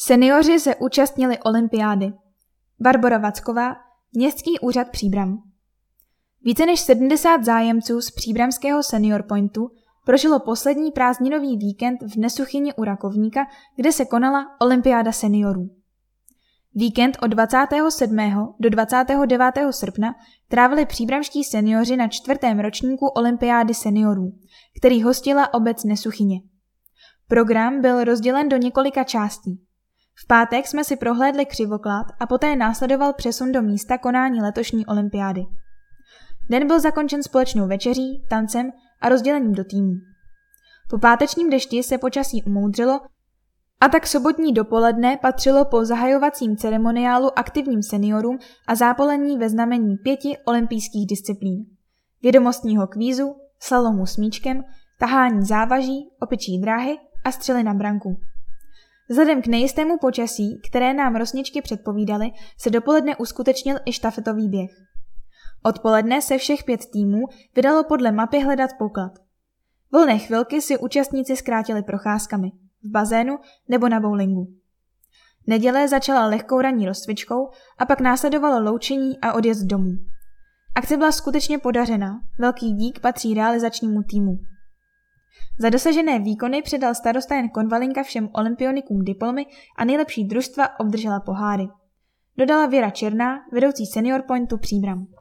Senioři se účastnili olympiády. Barbora Vacková, Městský úřad Příbram. Více než 70 zájemců z příbramského Senior Pointu prožilo poslední prázdninový víkend v Nesuchyni u Rakovníka, kde se konala olympiáda seniorů. Víkend od 27. do 29. srpna trávili příbramští seniori na 4. ročníku olympiády seniorů, který hostila obec Nesuchyně. Program byl rozdělen do několika částí. V pátek jsme si prohlédli křivoklát a poté následoval přesun do místa konání letošní olympiády. Den byl zakončen společnou večeří, tancem a rozdělením do týmů. Po pátečním dešti se počasí umoudřilo a tak sobotní dopoledne patřilo po zahajovacím ceremoniálu aktivním seniorům a zápolení ve znamení 5 olympijských disciplín. Vědomostního kvízu, slalomu s míčkem, tahání závaží, opičí dráhy a střely na branku. Vzhledem k nejistému počasí, které nám rosničky předpovídaly, se dopoledne uskutečnil i štafetový běh. Odpoledne se všech 5 týmů vydalo podle mapy hledat poklad. Volné chvilky si účastníci zkrátili procházkami, v bazénu nebo na bowlingu. Neděle začala lehkou ranní rozcvičkou a pak následovalo loučení a odjezd domů. Akce byla skutečně podařená, velký dík patří realizačnímu týmu. Za dosažené výkony předal starosta Jan Konvalinka všem olympionikům diplomy a nejlepší družstva obdržela poháry. Dodala Věra Černá, vedoucí Senior Pointu Příbram.